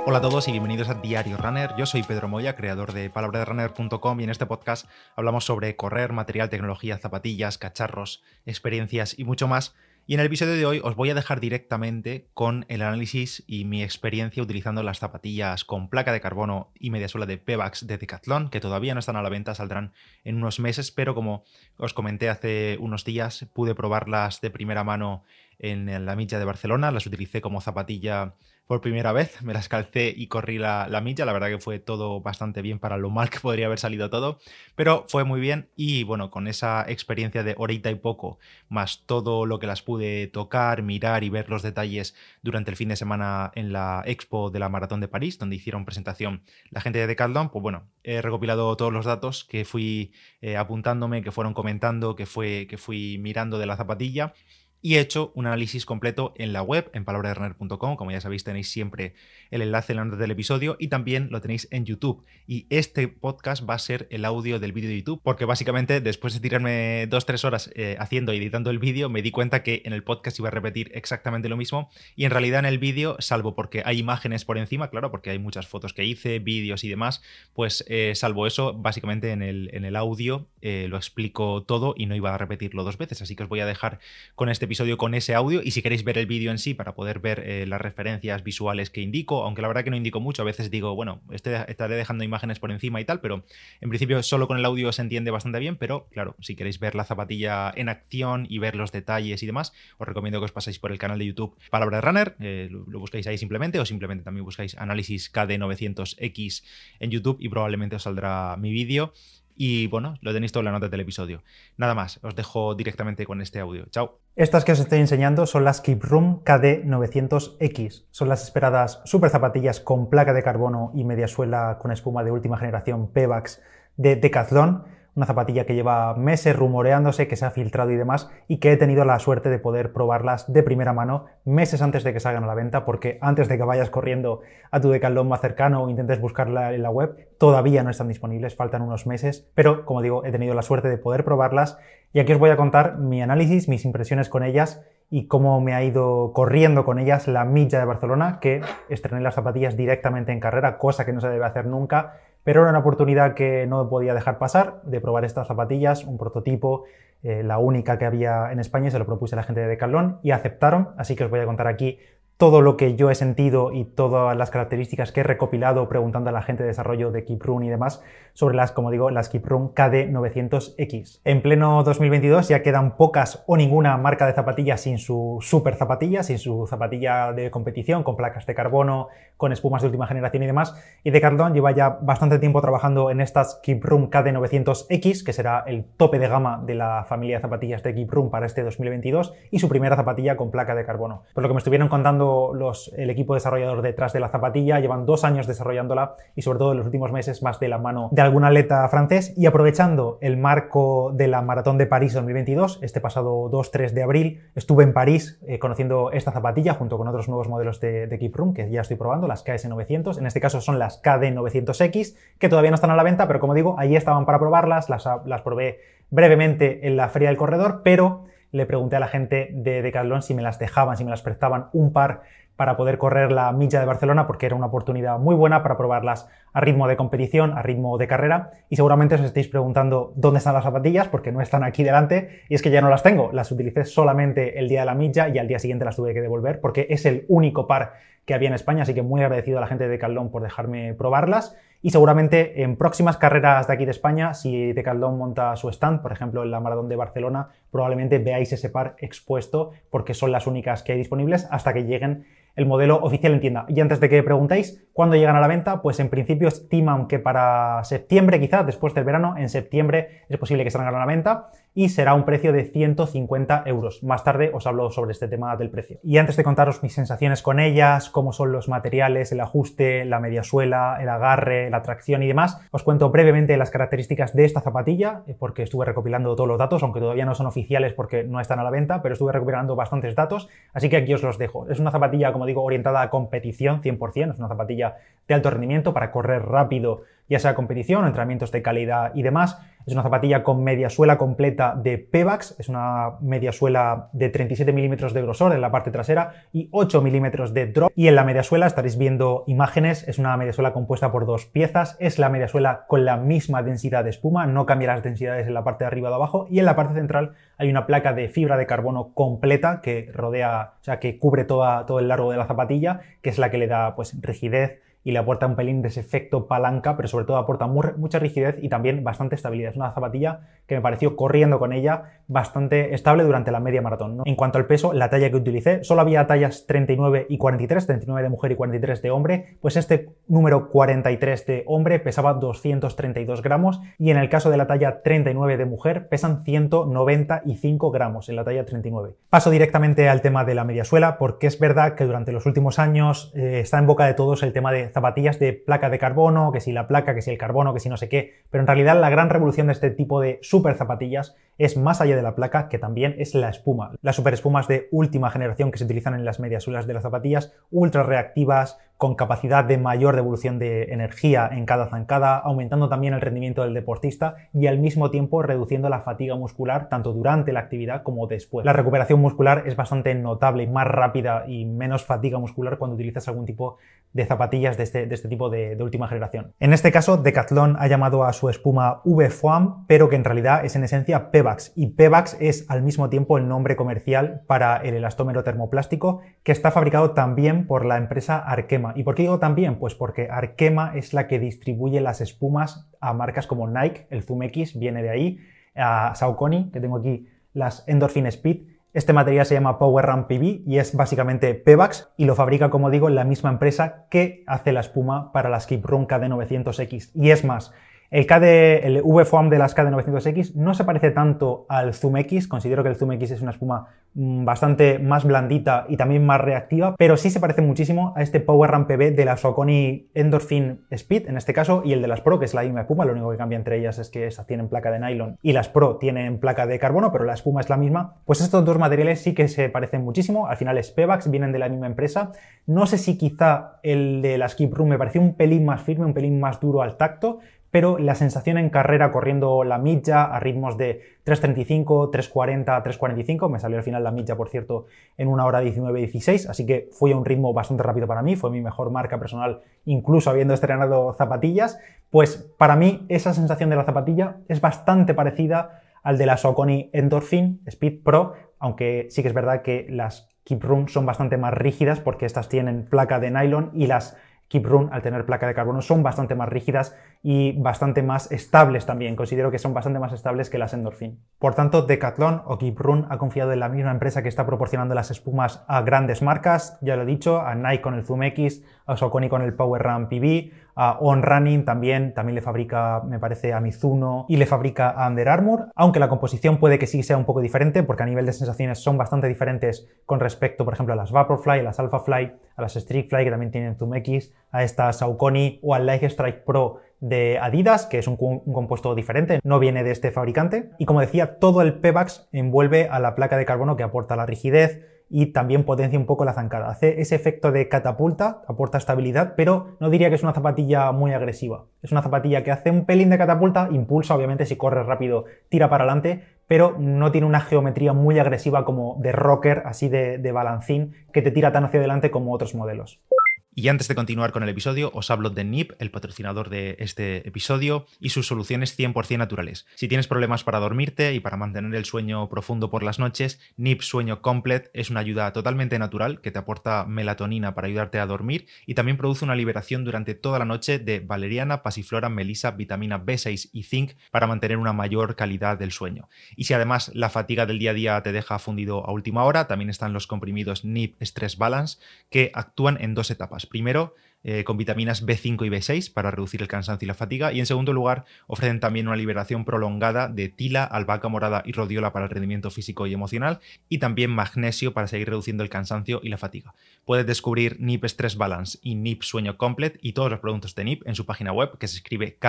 Hola a todos y bienvenidos a Diario Runner. Yo soy Pedro Moya, creador de palabraderunner.com, y en este podcast hablamos sobre correr, material, tecnología, zapatillas, cacharros, experiencias y mucho más. Y en el episodio de hoy os voy a dejar directamente con el análisis y mi experiencia utilizando las zapatillas con placa de carbono y media suela de Pebax de Decathlon, que todavía no están a la venta, saldrán en unos meses, pero como os comenté hace unos días, pude probarlas de primera mano en la milla de Barcelona, las utilicé como zapatilla por primera vez, me las calcé y corrí la milla. La verdad que fue todo bastante bien para lo mal que podría haber salido todo, pero fue muy bien. Y bueno, con esa experiencia de horita y poco, más todo lo que las pude tocar, mirar y ver los detalles durante el fin de semana en la Expo de la Maratón de París, donde hicieron presentación la gente de Decathlon, pues bueno, he recopilado todos los datos que fui apuntándome, que fueron comentando, que fui mirando de la zapatilla. Y he hecho un análisis completo en la web, en palabraderunner.com. Como ya sabéis, tenéis siempre el enlace en la nota del episodio y también lo tenéis en YouTube. Y este podcast va a ser el audio del vídeo de YouTube, porque básicamente después de tirarme 2-3 horas haciendo y editando el vídeo, me di cuenta que en el podcast iba a repetir exactamente lo mismo. Y en realidad en el vídeo, salvo porque hay imágenes por encima, claro, porque hay muchas fotos que hice, vídeos y demás, pues salvo eso, básicamente en el audio lo explico todo y no iba a repetirlo 2 veces. Así que os voy a dejar con este episodio con ese audio, y si queréis ver el vídeo en sí para poder ver las referencias visuales que indico, aunque la verdad que no indico mucho, a veces digo, bueno, estaré dejando imágenes por encima y tal, pero en principio solo con el audio se entiende bastante bien. Pero claro, si queréis ver la zapatilla en acción y ver los detalles y demás, os recomiendo que os paséis por el canal de YouTube Palabra de Runner, lo buscáis ahí simplemente, o simplemente también buscáis análisis KD900X en YouTube y probablemente os saldrá mi vídeo. Y bueno, lo tenéis todo en la nota del episodio. Nada más, os dejo directamente con este audio. Chao. Estas que os estoy enseñando son las Keep Room KD900X. Son las esperadas super zapatillas con placa de carbono y media suela con espuma de última generación Pebax de Decathlon. Una zapatilla que lleva meses rumoreándose, que se ha filtrado y demás, y que he tenido la suerte de poder probarlas de primera mano meses antes de que salgan a la venta, porque antes de que vayas corriendo a tu Decathlon más cercano o intentes buscarla en la web, todavía no están disponibles, faltan unos meses, pero como digo, he tenido la suerte de poder probarlas y aquí os voy a contar mi análisis, mis impresiones con ellas y cómo me ha ido corriendo con ellas la milla de Barcelona, que estrené las zapatillas directamente en carrera, cosa que no se debe hacer nunca, pero era una oportunidad que no podía dejar pasar de probar estas zapatillas, un prototipo, la única que había en España, se lo propuse a la gente de Decathlon y aceptaron, así que os voy a contar aquí todo lo que yo he sentido y todas las características que he recopilado preguntando a la gente de desarrollo de Keep Room y demás sobre las, como digo, las Keep Room KD900X. En pleno 2022 ya quedan pocas o ninguna marca de zapatillas sin su super zapatilla, sin su zapatilla de competición, con placas de carbono, con espumas de última generación y demás. Y Decathlon lleva ya bastante tiempo trabajando en estas Keep Room KD900X, que será el tope de gama de la familia de zapatillas de Keep Room para este 2022 y su primera zapatilla con placa de carbono. Por lo que me estuvieron contando el equipo desarrollador detrás de la zapatilla, llevan 2 años desarrollándola y sobre todo en los últimos meses más de la mano de algún atleta francés. Y aprovechando el marco de la Maratón de París 2022, este pasado 2-3 de abril estuve en París conociendo esta zapatilla junto con otros nuevos modelos de Keep Room que ya estoy probando, las KS900, en este caso son las KD900X, que todavía no están a la venta, pero como digo, ahí estaban para probarlas, las probé brevemente en la Feria del Corredor, pero le pregunté a la gente de Decathlon si me las dejaban, si me las prestaban un par para poder correr la milla de Barcelona, porque era una oportunidad muy buena para probarlas a ritmo de competición, a ritmo de carrera. Y seguramente os estáis preguntando dónde están las zapatillas, porque no están aquí delante, y es que ya no las tengo. Las utilicé solamente el día de la milla y al día siguiente las tuve que devolver, porque es el único par que había en España, así que muy agradecido a la gente de Decathlon por dejarme probarlas. Y seguramente en próximas carreras de aquí de España, si Decathlon monta su stand, por ejemplo en la Maratón de Barcelona, probablemente veáis ese par expuesto porque son las únicas que hay disponibles hasta que lleguen el modelo oficial en tienda. Y antes de que preguntéis cuándo llegan a la venta, pues en principio estiman que para septiembre, quizás después del verano, en septiembre es posible que salgan a la venta y será un precio de 150 euros. Más tarde os hablo sobre este tema del precio. Y antes de contaros mis sensaciones con ellas, cómo son los materiales, el ajuste, la mediasuela, el agarre, la tracción y demás, os cuento brevemente las características de esta zapatilla, porque estuve recopilando todos los datos, aunque todavía no son oficiales porque no están a la venta, pero estuve recopilando bastantes datos, así que aquí os los dejo. Es una zapatilla, como digo, orientada a competición 100%, es una zapatilla de alto rendimiento para correr rápido ya sea competición o entrenamientos de calidad y demás. Es una zapatilla con media suela completa de Pebax, es una media suela de 37 milímetros de grosor en la parte trasera y 8 milímetros de drop. Y en la media suela estaréis viendo imágenes, es una media suela compuesta por dos piezas, es la media suela con la misma densidad de espuma, no cambia las densidades en la parte de arriba o de abajo, y en la parte central hay una placa de fibra de carbono completa que rodea, o sea, que cubre todo el largo de la zapatilla, que es la que le da pues rigidez y le aporta un pelín de ese efecto palanca, pero sobre todo aporta mucha rigidez y también bastante estabilidad. Es una zapatilla que me pareció, corriendo con ella, bastante estable durante la media maratón, ¿no? En cuanto al peso, la talla que utilicé, solo había tallas 39 y 43, 39 de mujer y 43 de hombre, pues este número 43 de hombre pesaba 232 gramos y en el caso de la talla 39 de mujer pesan 195 gramos en la talla 39. Paso directamente al tema de la media suela, porque es verdad que durante los últimos años está en boca de todos el tema de zapatillas de placa de carbono, que si la placa, que si el carbono, que si no sé qué, pero en realidad la gran revolución de este tipo de super zapatillas es más allá de la placa, que también es la espuma. Las super espumas de última generación que se utilizan en las medias suelas de las zapatillas, ultra reactivas, con capacidad de mayor devolución de energía en cada zancada, aumentando también el rendimiento del deportista y al mismo tiempo reduciendo la fatiga muscular tanto durante la actividad como después. La recuperación muscular es bastante notable y más rápida y menos fatiga muscular cuando utilizas algún tipo de zapatillas de este tipo de última generación. En este caso, Decathlon ha llamado a su espuma V-Foam, pero que en realidad es en esencia Pebax, y Pebax es al mismo tiempo el nombre comercial para el elastómero termoplástico que está fabricado también por la empresa Arkema. ¿Y por qué digo también? Pues porque Arkema es la que distribuye las espumas a marcas como Nike, el Zoom X viene de ahí, a Saucony, que tengo aquí las Endorphin Speed. Este material se llama Power Run PB y es básicamente Pebax y lo fabrica, como digo, la misma empresa que hace la espuma para las Keep Room KD900X. Y es más, el V-Foam de las KD900X no se parece tanto al Zoom X, considero que el Zoom X es una espuma bastante más blandita y también más reactiva, pero sí se parece muchísimo a este Power Run PB de la Saucony Endorphin Speed, en este caso, y el de las Pro, que es la misma espuma, lo único que cambia entre ellas es que estas tienen placa de nylon y las Pro tienen placa de carbono, pero la espuma es la misma. Pues estos dos materiales sí que se parecen muchísimo, al final es Pebax, vienen de la misma empresa. No sé si quizá el de las Keep Room me pareció un pelín más firme, un pelín más duro al tacto, pero la sensación en carrera corriendo la milla a ritmos de 3.35, 3.40, 3.45, me salió al final la milla, por cierto, en 1 hora 19.16, así que fue a un ritmo bastante rápido para mí, fue mi mejor marca personal, incluso habiendo estrenado zapatillas. Pues para mí esa sensación de la zapatilla es bastante parecida al de la Saucony Endorphin Speed Pro, aunque sí que es verdad que las Keep Room son bastante más rígidas porque estas tienen placa de nylon y las Keep Room, al tener placa de carbono, son bastante más rígidas y bastante más estables también. Considero que son bastante más estables que las Endorphin. Por tanto, Decathlon o Keep Room ha confiado en la misma empresa que está proporcionando las espumas a grandes marcas, ya lo he dicho, a Nike con el Zoom X, a Saucony con el Power Run PB, a On Running también le fabrica, me parece, a Mizuno y le fabrica a Under Armour, aunque la composición puede que sí sea un poco diferente porque a nivel de sensaciones son bastante diferentes con respecto, por ejemplo, a las Vaporfly, a las Alphafly, a las Streakfly, que también tienen Zoom X, a esta Saucony o al Life Strike Pro de Adidas, que es un compuesto diferente, no viene de este fabricante. Y como decía, todo el Pebax envuelve a la placa de carbono que aporta la rigidez y también potencia un poco la zancada. Hace ese efecto de catapulta, aporta estabilidad, pero no diría que es una zapatilla muy agresiva. Es una zapatilla que hace un pelín de catapulta, impulsa, obviamente, si corres rápido, tira para adelante, pero no tiene una geometría muy agresiva como de rocker, así de balancín, que te tira tan hacia adelante como otros modelos. Y antes de continuar con el episodio, os hablo de Nip, el patrocinador de este episodio, y sus soluciones 100% naturales. Si tienes problemas para dormirte y para mantener el sueño profundo por las noches, Nip Sueño Complet es una ayuda totalmente natural que te aporta melatonina para ayudarte a dormir y también produce una liberación durante toda la noche de valeriana, pasiflora, melisa, vitamina B6 y zinc para mantener una mayor calidad del sueño. Y si además la fatiga del día a día te deja fundido a última hora, también están los comprimidos Nip Stress Balance que actúan en 2 etapas. Primero, con vitaminas B5 y B6 para reducir el cansancio y la fatiga, y en segundo lugar ofrecen también una liberación prolongada de tila, albahaca morada y rodiola para el rendimiento físico y emocional, y también magnesio para seguir reduciendo el cansancio y la fatiga. Puedes descubrir Nip Stress Balance y Nip Sueño Complet y todos los productos de Nip en su página web, que se escribe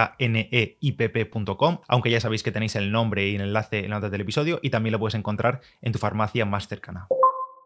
kneip.com, aunque ya sabéis que tenéis el nombre y el enlace en la nota del episodio, y también lo puedes encontrar en tu farmacia más cercana.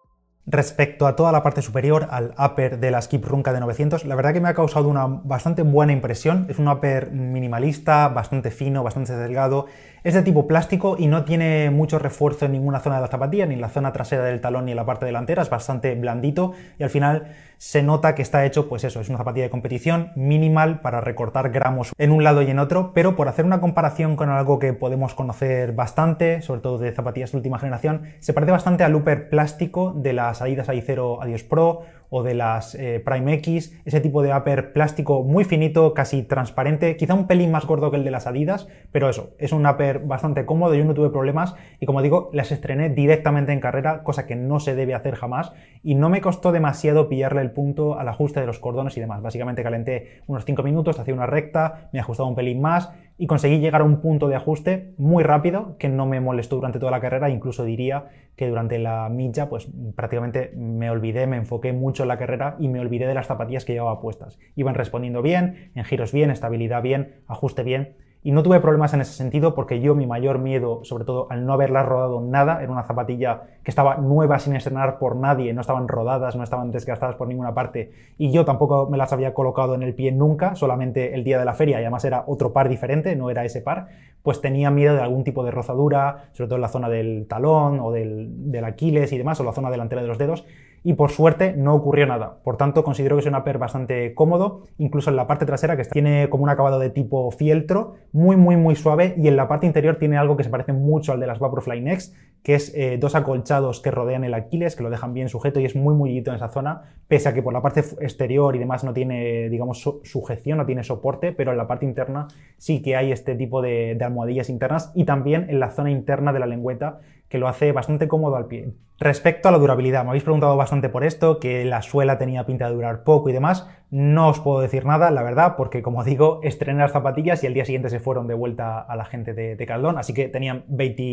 Respecto a toda la parte superior, al upper de la Skip Room KD900, la verdad que me ha causado una bastante buena impresión. Es un upper minimalista, bastante fino, bastante delgado. Es de tipo plástico y no tiene mucho refuerzo en ninguna zona de la zapatilla, ni en la zona trasera del talón ni en la parte delantera. Es bastante blandito y al final se nota que está hecho, pues eso, es una zapatilla de competición minimal para recortar gramos en un lado y en otro, pero por hacer una comparación con algo que podemos conocer bastante, sobre todo de zapatillas de última generación, se parece bastante al upper plástico de las Adidas Adizero Adios Pro o de las Prime X, ese tipo de upper plástico muy finito, casi transparente, quizá un pelín más gordo que el de las Adidas, pero eso, es un upper bastante cómodo, yo no tuve problemas y como digo, las estrené directamente en carrera, cosa que no se debe hacer jamás y no me costó demasiado pillarle el punto al ajuste de los cordones y demás. Básicamente calenté unos 5 minutos, hacía una recta, me ajustaba un pelín más y conseguí llegar a un punto de ajuste muy rápido que no me molestó durante toda la carrera, incluso diría que durante la milla pues prácticamente me olvidé, me enfoqué mucho en la carrera y me olvidé de las zapatillas que llevaba puestas. Iban respondiendo bien, en giros bien, estabilidad bien, ajuste bien. Y no tuve problemas en ese sentido porque yo mi mayor miedo, sobre todo al no haberlas rodado nada, era una zapatilla que estaba nueva sin estrenar por nadie, no estaban rodadas, no estaban desgastadas por ninguna parte y yo tampoco me las había colocado en el pie nunca, solamente el día de la feria y además era otro par diferente, no era ese par, pues tenía miedo de algún tipo de rozadura, sobre todo en la zona del talón o del Aquiles y demás, o la zona delantera de los dedos. Y por suerte no ocurrió nada. Por tanto, considero que es un upper bastante cómodo, incluso en la parte trasera que tiene como un acabado de tipo fieltro, muy suave, y en la parte interior tiene algo que se parece mucho al de las Vaporfly Next, que es dos acolchados que rodean el Aquiles, que lo dejan bien sujeto y es muy mullito en esa zona, pese a que por la parte exterior y demás no tiene, digamos, sujeción, no tiene soporte, pero en la parte interna sí que hay este tipo de almohadillas internas y también en la zona interna de la lengüeta, que lo hace bastante cómodo al pie. Respecto a la durabilidad, me habéis preguntado bastante por esto, que la suela tenía pinta de durar poco y demás. No os puedo decir nada, la verdad, porque como digo, estrené las zapatillas y el día siguiente se fueron de vuelta a la gente de Decathlon, así que tenían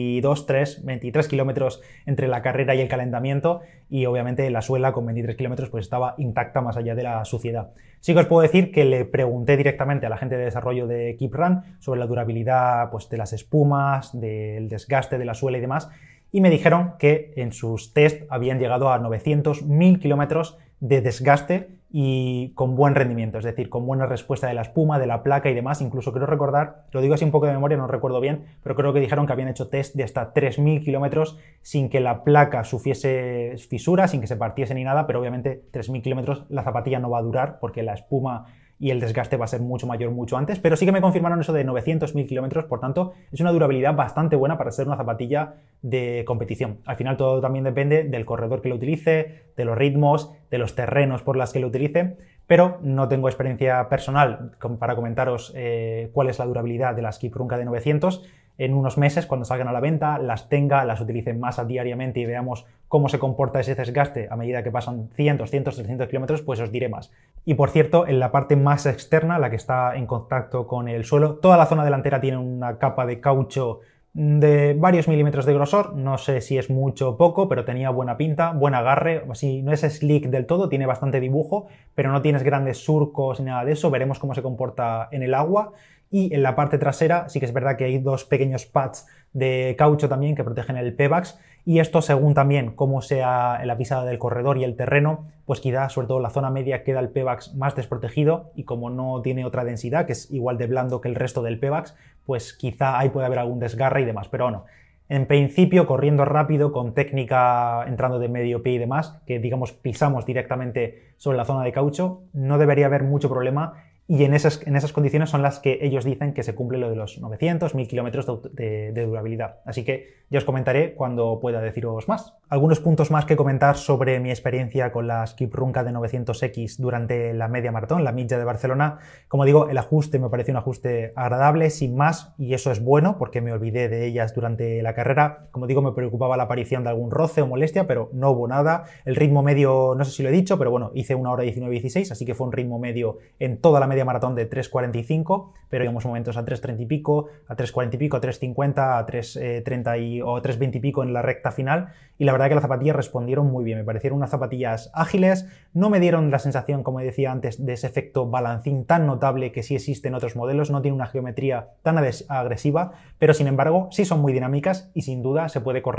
23 kilómetros entre la carrera y el calentamiento y obviamente la suela con 23 kilómetros pues estaba intacta más allá de la suciedad. Sí que os puedo decir que le pregunté directamente a la gente de desarrollo de Keep Run sobre la durabilidad pues, de las espumas, del desgaste de la suela y demás, y me dijeron que en sus test habían llegado a 900.000 kilómetros de desgaste y con buen rendimiento, es decir, con buena respuesta de la espuma, de la placa y demás. Incluso quiero recordar, lo digo así un poco de memoria, no recuerdo bien, pero creo que dijeron que habían hecho test de hasta 3.000 kilómetros sin que la placa sufriese fisuras, sin que se partiese ni nada, pero obviamente 3.000 kilómetros la zapatilla no va a durar porque la espuma y el desgaste va a ser mucho mayor mucho antes, pero sí que me confirmaron eso de 900.000 kilómetros, por tanto es una durabilidad bastante buena para ser una zapatilla de competición. Al final todo también depende del corredor que lo utilice, de los ritmos, de los terrenos por las que lo utilice, pero no tengo experiencia personal para comentaros cuál es la durabilidad de las Keep Run KD900. En unos meses, cuando salgan a la venta, las tenga, las utilice más diariamente y veamos cómo se comporta ese desgaste a medida que pasan 100, 200, 300 kilómetros, pues os diré más. Y por cierto, en la parte más externa, la que está en contacto con el suelo, toda la zona delantera tiene una capa de caucho de varios milímetros de grosor, no sé si es mucho o poco, pero tenía buena pinta, buen agarre, así no es slick del todo, tiene bastante dibujo, pero no tienes grandes surcos ni nada de eso, veremos cómo se comporta en el agua. Y en la parte trasera sí que es verdad que hay dos pequeños pads de caucho también que protegen el Pebax y esto según también cómo sea la pisada del corredor y el terreno, pues quizá sobre todo en la zona media queda el Pebax más desprotegido y como no tiene otra densidad, que es igual de blando que el resto del Pebax, pues quizá ahí puede haber algún desgarre y demás, pero bueno. En principio, corriendo rápido, con técnica entrando de medio pie y demás, que digamos pisamos directamente sobre la zona de caucho, no debería haber mucho problema. Y en esas condiciones son las que ellos dicen que se cumple lo de los 900, 1000 kilómetros de durabilidad. Así que ya os comentaré cuando pueda deciros más. Algunos puntos más que comentar sobre mi experiencia con las Keep Run KD900X durante la media maratón, la milla de Barcelona. Como digo, el ajuste me pareció un ajuste agradable, sin más, y eso es bueno porque me olvidé de ellas durante la carrera. Como digo, me preocupaba la aparición de algún roce o molestia, pero no hubo nada. El ritmo medio, no sé si lo he dicho, pero bueno, hice 1 hora 19:16, así que fue un ritmo medio en toda la media maratón de 3:45, pero íbamos momentos a 3:30 y pico, a 3:40 y pico, a 3:50, a 3:30 o 3:20 y pico en la recta final, y la verdad que las zapatillas respondieron muy bien, me parecieron unas zapatillas ágiles, no me dieron la sensación, como decía antes, de ese efecto balancín tan notable que sí existe en otros modelos, no tiene una geometría tan agresiva, pero sin embargo sí son muy dinámicas y sin duda se puede correr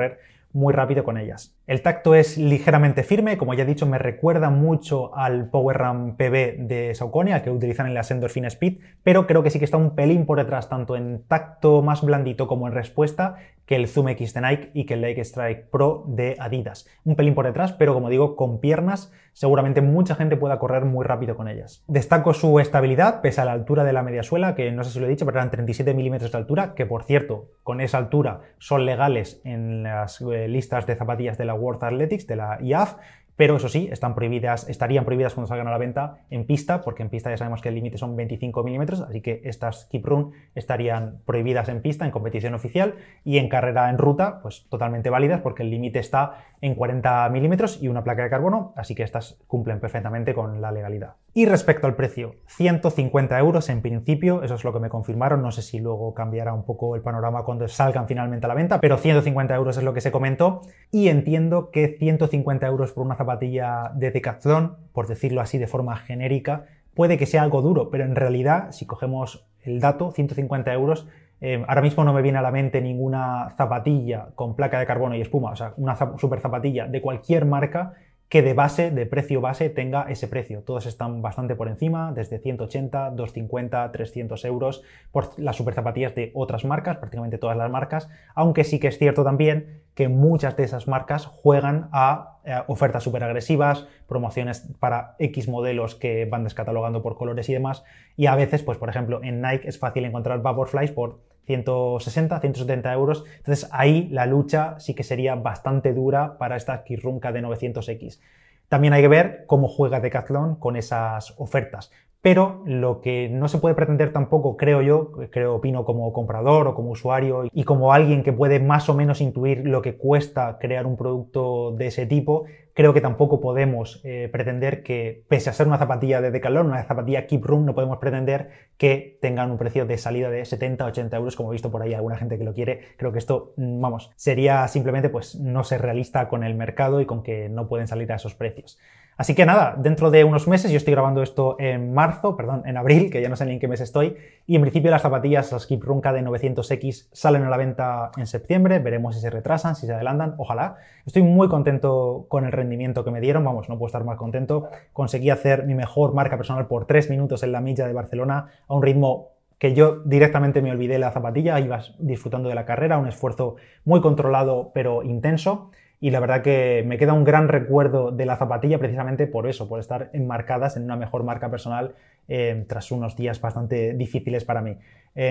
muy rápido con ellas. El tacto es ligeramente firme, como ya he dicho, me recuerda mucho al PowerRun PB de Saucony, que utilizan en las Endorphin Speed, pero creo que sí que está un pelín por detrás, tanto en tacto más blandito como en respuesta, que el Zoom X de Nike y que el Lake Strike Pro de Adidas. Un pelín por detrás, pero como digo, con piernas, seguramente mucha gente pueda correr muy rápido con ellas. Destaco su estabilidad, pese a la altura de la mediasuela, que no sé si lo he dicho, pero eran 37 milímetros de altura, que por cierto, con esa altura son legales en las listas de zapatillas de la World Athletics, de la IAF, pero eso sí, estarían prohibidas cuando salgan a la venta en pista, porque en pista ya sabemos que el límite son 25 milímetros, así que estas Keeprun estarían prohibidas en pista, en competición oficial, y en carrera en ruta, pues totalmente válidas, porque el límite está en 40 milímetros y una placa de carbono, así que estas cumplen perfectamente con la legalidad. Y respecto al precio, 150 euros en principio, eso es lo que me confirmaron, no sé si luego cambiará un poco el panorama cuando salgan finalmente a la venta, pero 150 euros es lo que se comentó, y entiendo que 150 euros por una zapatilla de Decathlon, por decirlo así de forma genérica, puede que sea algo duro, pero en realidad, si cogemos el dato, 150 euros, ahora mismo no me viene a la mente ninguna zapatilla con placa de carbono y espuma, o sea, una super zapatilla de cualquier marca que de base, de precio base, tenga ese precio. Todos están bastante por encima, desde 180, 250, 300 euros por las super zapatillas de otras marcas, prácticamente todas las marcas, aunque sí que es cierto también que muchas de esas marcas juegan a ofertas súper agresivas, promociones para X modelos que van descatalogando por colores y demás, y a veces, pues por ejemplo, en Nike es fácil encontrar Vaporflies por 160, 170 euros, entonces ahí la lucha sí que sería bastante dura para esta Keeprun KD900X. También hay que ver cómo juega Decathlon con esas ofertas. Pero lo que no se puede pretender tampoco, opino como comprador o como usuario y como alguien que puede más o menos intuir lo que cuesta crear un producto de ese tipo, creo que tampoco podemos pretender que, pese a ser una zapatilla de Decathlon, una zapatilla Keeprun, no podemos pretender que tengan un precio de salida de 70, 80 euros, como he visto por ahí alguna gente que lo quiere. Creo que esto, sería simplemente pues no ser realista con el mercado y con que no pueden salir a esos precios. Así que nada, dentro de unos meses, yo estoy grabando esto en abril, que ya no sé ni en qué mes estoy, y en principio las zapatillas, las Keeprun KD900X, salen a la venta en septiembre, veremos si se retrasan, si se adelantan, ojalá. Estoy muy contento con el rendimiento que me dieron, no puedo estar más contento. Conseguí hacer mi mejor marca personal por 3 minutos en la milla de Barcelona a un ritmo que yo directamente me olvidé la zapatilla, iba disfrutando de la carrera, un esfuerzo muy controlado pero intenso. Y la verdad que me queda un gran recuerdo de la zapatilla precisamente por eso, por estar enmarcadas en una mejor marca personal tras unos días bastante difíciles para mí.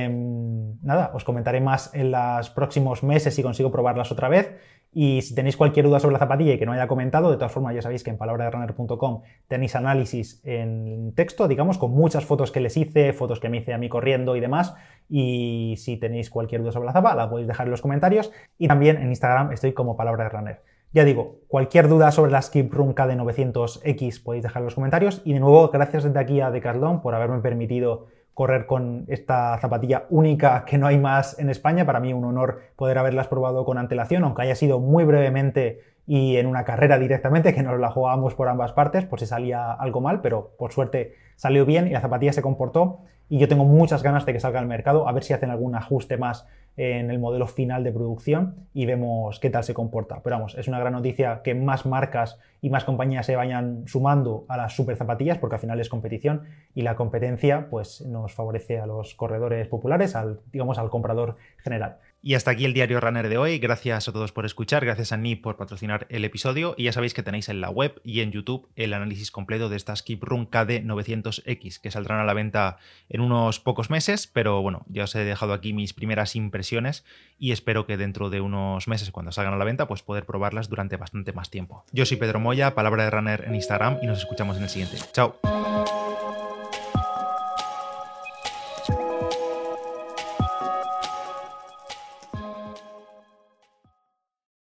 Nada, os comentaré más en los próximos meses si consigo probarlas otra vez. Y si tenéis cualquier duda sobre la zapatilla y que no haya comentado, de todas formas ya sabéis que en palabraderunner.com tenéis análisis en texto, con muchas fotos que les hice, fotos que me hice a mí corriendo y demás. Y si tenéis cualquier duda sobre la zapatilla, la podéis dejar en los comentarios. Y también en Instagram estoy como Palabra de Runner. Ya digo, cualquier duda sobre la Keeprun KD900X podéis dejar en los comentarios. Y de nuevo, gracias desde aquí a Decathlon por haberme permitido correr con esta zapatilla única que no hay más en España. Para mí un honor poder haberlas probado con antelación, aunque haya sido muy brevemente y en una carrera directamente, que nos la jugábamos por ambas partes, por si salía algo mal, pero por suerte salió bien y la zapatilla se comportó. Y yo tengo muchas ganas de que salga al mercado, a ver si hacen algún ajuste más en el modelo final de producción y vemos qué tal se comporta. Pero es una gran noticia que más marcas y más compañías se vayan sumando a las super zapatillas, porque al final es competición y la competencia pues nos favorece a los corredores populares, al comprador general. Y hasta aquí el Diario Runner de hoy. Gracias a todos por escuchar, gracias a NIP por patrocinar el episodio y ya sabéis que tenéis en la web y en YouTube el análisis completo de estas Keeprun KD900X que saldrán a la venta en unos pocos meses, pero bueno, ya os he dejado aquí mis primeras impresiones y espero que dentro de unos meses cuando salgan a la venta pues poder probarlas durante bastante más tiempo. Yo soy Pedro Moya, Palabra de Runner en Instagram y nos escuchamos en el siguiente. ¡Chao!